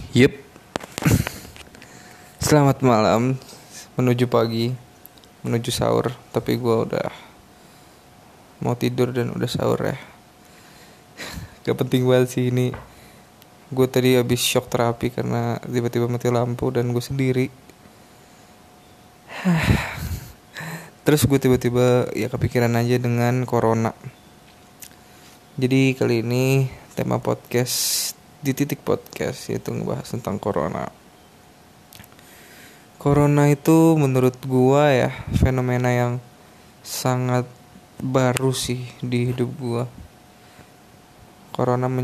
Yep, selamat malam, menuju pagi, menuju sahur. Tapi gue udah mau tidur dan udah sahur ya. Gak penting banget sih ini. Gue tadi habis shock terapi karena tiba-tiba mati lampu dan gue sendiri. Terus gue tiba-tiba ya kepikiran aja dengan corona. Jadi kali ini tema podcast di titik podcast yaitu ngebahas tentang corona. Corona itu menurut gua ya fenomena yang sangat baru sih di hidup gua. Corona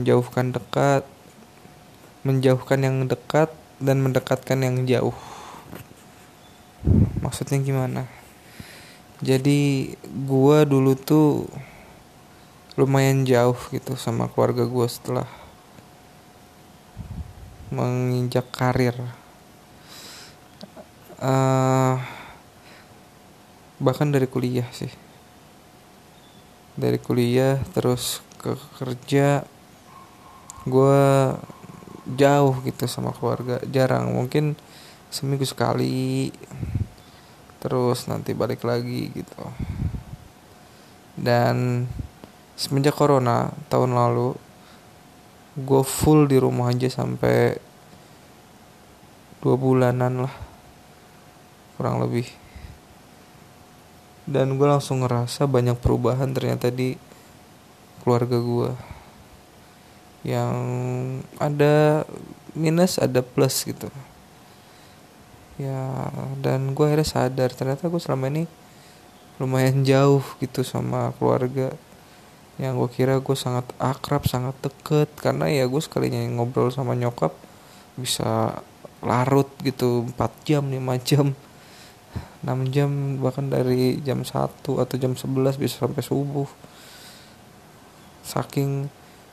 menjauhkan yang dekat dan mendekatkan yang jauh. Maksudnya gimana? Jadi gua dulu tuh lumayan jauh gitu sama keluarga gua setelah menginjak karir. Bahkan dari kuliah sih. Dari kuliah terus ke kerja, gue jauh gitu sama keluarga, jarang, mungkin seminggu sekali, terus nanti balik lagi gitu. Dan semenjak corona tahun lalu, gue full di rumah aja sampai 2 bulanan lah kurang lebih. Dan gue langsung ngerasa banyak perubahan ternyata di keluarga gue, yang ada minus ada plus gitu ya. Dan gue akhirnya sadar ternyata gue selama ini lumayan jauh gitu sama keluarga. Yang gue kira gue sangat akrab, sangat deket, karena ya gue sekalinya ngobrol sama nyokap bisa larut gitu 4 jam, 5 jam, 6 jam, bahkan dari jam 1 atau jam 11 bisa sampai subuh. Saking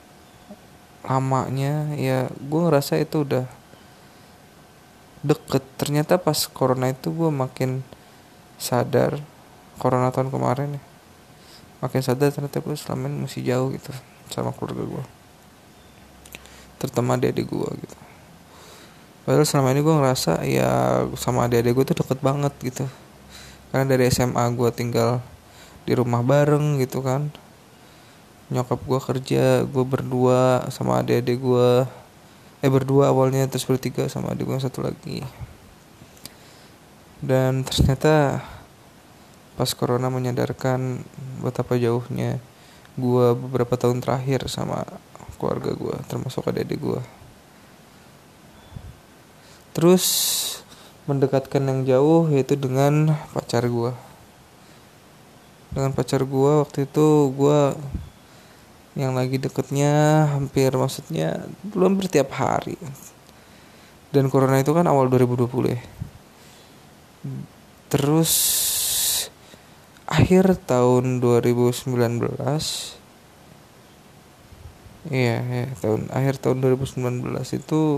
lamanya ya gue ngerasa itu udah deket. Ternyata pas corona itu gue makin sadar, corona tahun kemarin ya, makin sadar ternyata gue selama ini masih jauh gitu sama keluarga gue, terutama adik-adik gue gitu. Padahal selama ini gue ngerasa ya sama adik-adik gue tuh deket banget gitu, karena dari SMA gue tinggal di rumah bareng gitu kan. Nyokap gue kerja, gue berdua sama adik-adik gue, berdua awalnya, terus bertiga sama adik gue yang satu lagi. Dan ternyata pas corona menyadarkan betapa jauhnya gue beberapa tahun terakhir sama keluarga gue, termasuk adik-adik gue. Terus mendekatkan yang jauh yaitu dengan pacar gue. Dengan pacar gue waktu itu gue yang lagi deketnya maksudnya belum tiap hari. Dan corona itu kan awal 2020 ya. Terus akhir tahun 2019, akhir tahun 2019 itu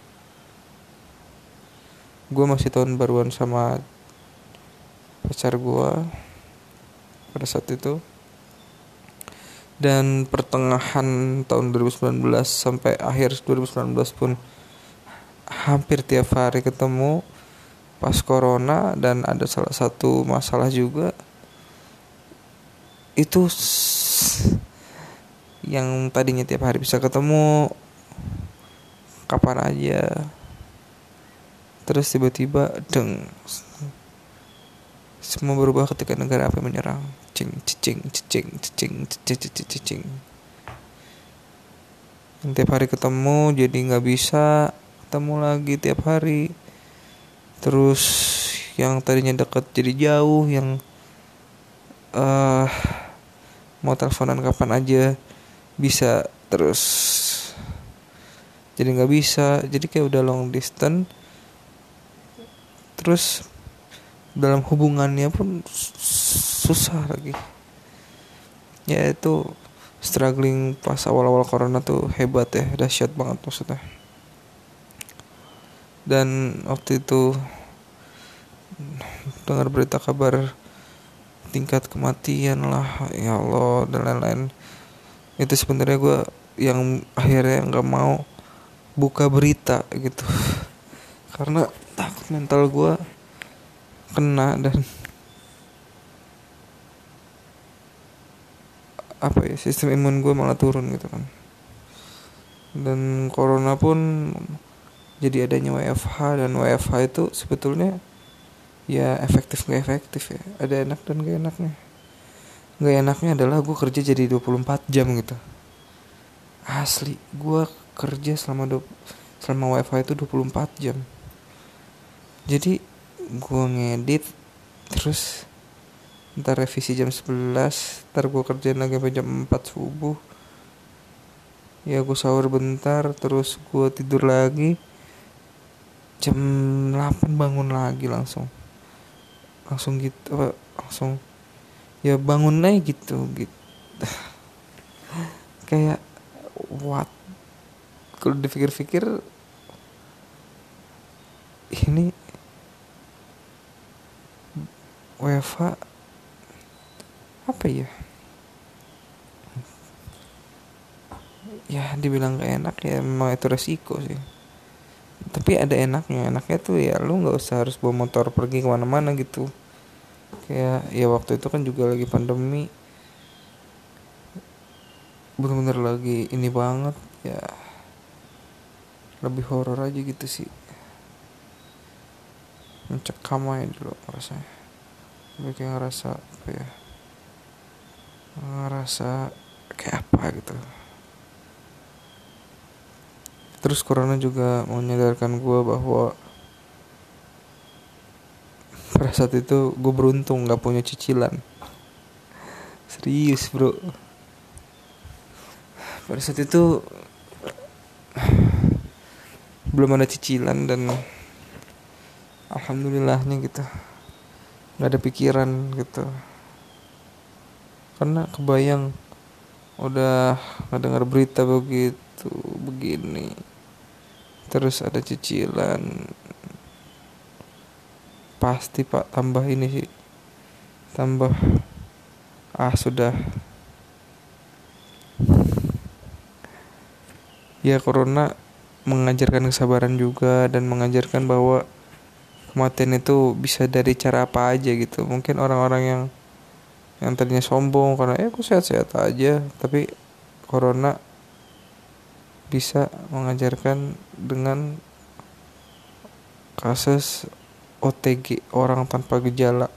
gue masih tahun baruan sama pacar gue pada saat itu. Dan pertengahan tahun 2019 sampai akhir 2019 pun hampir tiap hari ketemu. Pas corona dan ada salah satu masalah juga, itu yang tadinya tiap hari bisa ketemu kapan aja, terus tiba-tiba semua berubah ketika negara api menyerang. Cicing. Yang tiap hari ketemu jadi gak bisa ketemu lagi tiap hari. Terus yang tadinya dekat jadi jauh, yang mau teleponan kapan aja bisa, terus jadi gak bisa. Jadi kayak udah long distance. Terus dalam hubungannya pun susah lagi. Ya itu struggling pas awal-awal corona tuh hebat ya, dahsyat banget maksudnya. Dan waktu itu dengar berita kabar tingkat kematian lah, ya Allah, dan lain-lain. Itu sebenarnya gue yang akhirnya nggak mau buka berita gitu, karena takut mental gue kena dan apa ya, sistem imun gue malah turun gitu kan. Dan corona pun jadi adanya WFH, dan WFH itu sebetulnya ya efektif nggak efektif ya, ada enak dan gak enaknya. Nggak enaknya adalah gue kerja jadi 24 jam gitu. Asli gue kerja selama WFH itu 24 jam. Jadi gue ngedit, terus ntar revisi jam 11, ntar gue kerjain lagi sampai jam 4 subuh. Ya gue sahur bentar, terus gue tidur lagi, jam 8 bangun lagi langsung gitu apa, langsung ya bangun aja gitu. Kayak what, kalau dipikir-pikir ini WFH apa ya, ya dibilang gak enak ya memang itu resiko sih. Tapi ada enaknya tuh ya lu nggak usah harus bawa motor pergi kemana-mana gitu. Kayak ya waktu itu kan juga lagi pandemi, bener-bener lagi ini banget ya, lebih horor aja gitu sih, mencekam aja dulu rasanya. Lebih kayak ngerasa apa ya, ngerasa kayak apa gitu. Terus corona juga menyadarkan gue bahwa pada saat itu gue beruntung gak punya cicilan. Serius bro, pada saat itu belum ada cicilan, dan alhamdulillahnya gitu gak ada pikiran gitu. Karena kebayang udah ngedengar berita begitu begini, terus ada cicilan, pasti pak tambah ini sih, tambah sudah. Ya corona mengajarkan kesabaran juga, dan mengajarkan bahwa kematian itu bisa dari cara apa aja gitu. Mungkin orang-orang yang tadinya sombong karena aku sehat-sehat aja, tapi corona bisa mengajarkan dengan kasus OTG, orang tanpa gejala,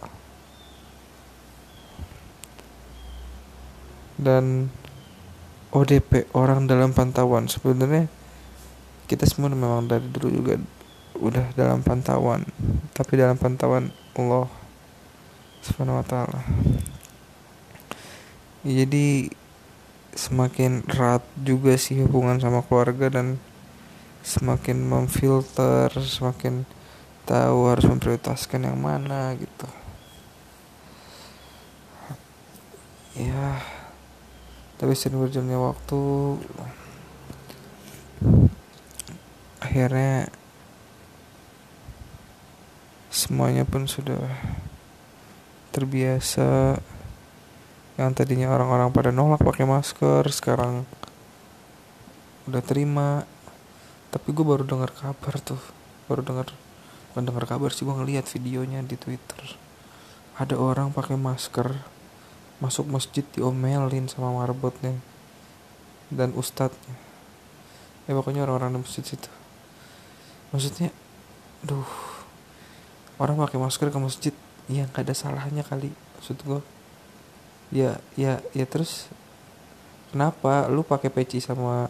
dan ODP, orang dalam pantauan. Sebenarnya kita semua memang dari dulu juga udah dalam pantauan, tapi dalam pantauan Allah Subhanahu wa taala. Jadi semakin erat juga sih hubungan sama keluarga, dan semakin memfilter, semakin tahu harus memprioritaskan yang mana gitu. Ya, tapi sering berjalannya waktu, akhirnya semuanya pun sudah terbiasa. Yang tadinya orang-orang pada nolak pakai masker, sekarang udah terima. Tapi gue baru dengar kabar tuh, bukan dengar kabar sih, gue ngeliat videonya di Twitter. Ada orang pakai masker masuk masjid diomelin sama marbotnya dan ustadznya. Ya pokoknya orang-orang di masjid situ. Maksudnya, duh, orang pakai masker ke masjid, ya nggak ada salahnya kali. Maksud gue, ya terus kenapa lu pakai peci sama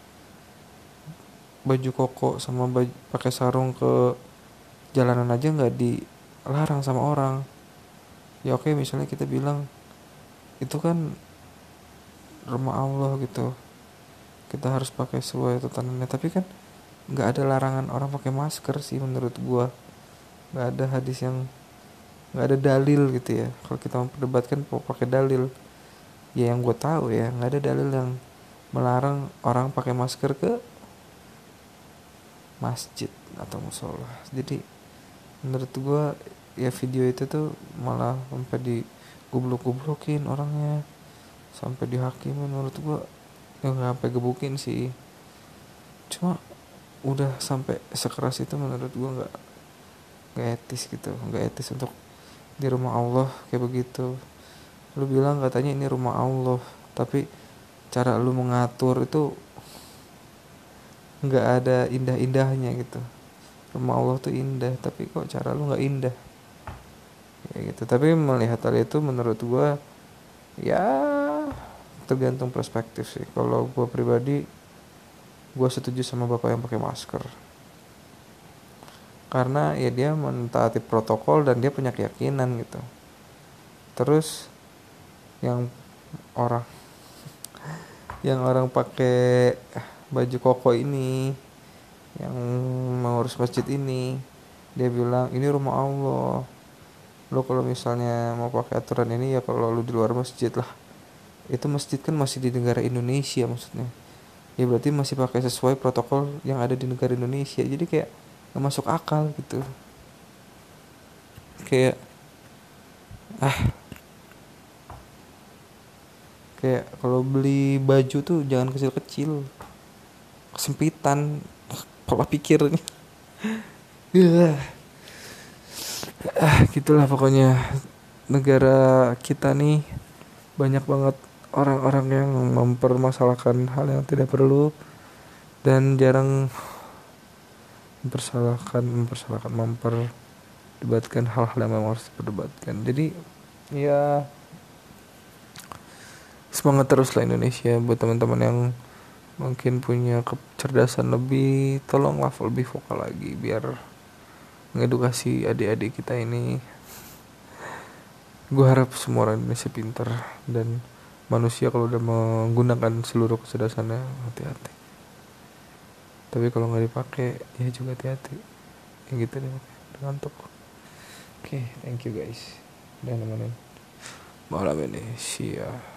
baju koko sama pakai sarung ke jalanan aja nggak dilarang sama orang? Ya oke, misalnya kita bilang itu kan rumah Allah gitu, kita harus pakai sesuai tuntunannya, tapi kan nggak ada larangan orang pakai masker sih menurut gua. Nggak ada hadis yang, nggak ada dalil gitu ya. Kalau kita memperdebatkan pakai dalil, ya yang gue tahu ya nggak ada dalil yang melarang orang pakai masker ke masjid atau musola. Jadi menurut gue ya video itu tuh malah sampai digublok-gublokin orangnya, sampai dihakimin. Menurut gue ya nggak sampai gebukin sih, cuma udah sampai sekeras itu menurut gue nggak etis gitu, nggak etis untuk di rumah Allah kayak begitu. Lu bilang katanya ini rumah Allah, tapi cara lu mengatur itu nggak ada indah-indahnya gitu. Rumah Allah tuh indah, tapi kok cara lu nggak indah kayak gitu. Tapi melihat hal itu menurut gue ya tergantung perspektif sih. Kalau gue pribadi, gue setuju sama bapak yang pakai masker karena ya dia mentaati protokol dan dia punya keyakinan gitu. Terus yang orang orang pakai baju koko ini, yang mengurus masjid ini, dia bilang ini rumah Allah, lo kalau misalnya mau pakai aturan ini ya kalau lo di luar masjid lah. Itu masjid kan masih di negara Indonesia maksudnya, ya berarti masih pakai sesuai protokol yang ada di negara Indonesia. Jadi kayak gak masuk akal gitu. Kayak kayak kalau beli baju tuh jangan kecil-kecil, kesempitan pola pikirnya. Ya gitulah pokoknya. Negara kita nih banyak banget orang-orang yang mempermasalahkan hal yang tidak perlu dan jarang memperdebatkan hal-hal yang memang harus diperdebatkan. Jadi ya semangat teruslah Indonesia. Buat teman-teman yang mungkin punya kecerdasan lebih, tolonglah lebih vokal lagi biar mengedukasi adik-adik kita ini. Gue harap semua orang Indonesia pintar dan manusia kalau udah menggunakan seluruh kecerdasannya hati-hati. Tapi kalau nggak dipakai ya juga hati-hati. Ya gitu deh, ngantuk. Oke, thank you guys udah nemenin malam ini. See ya.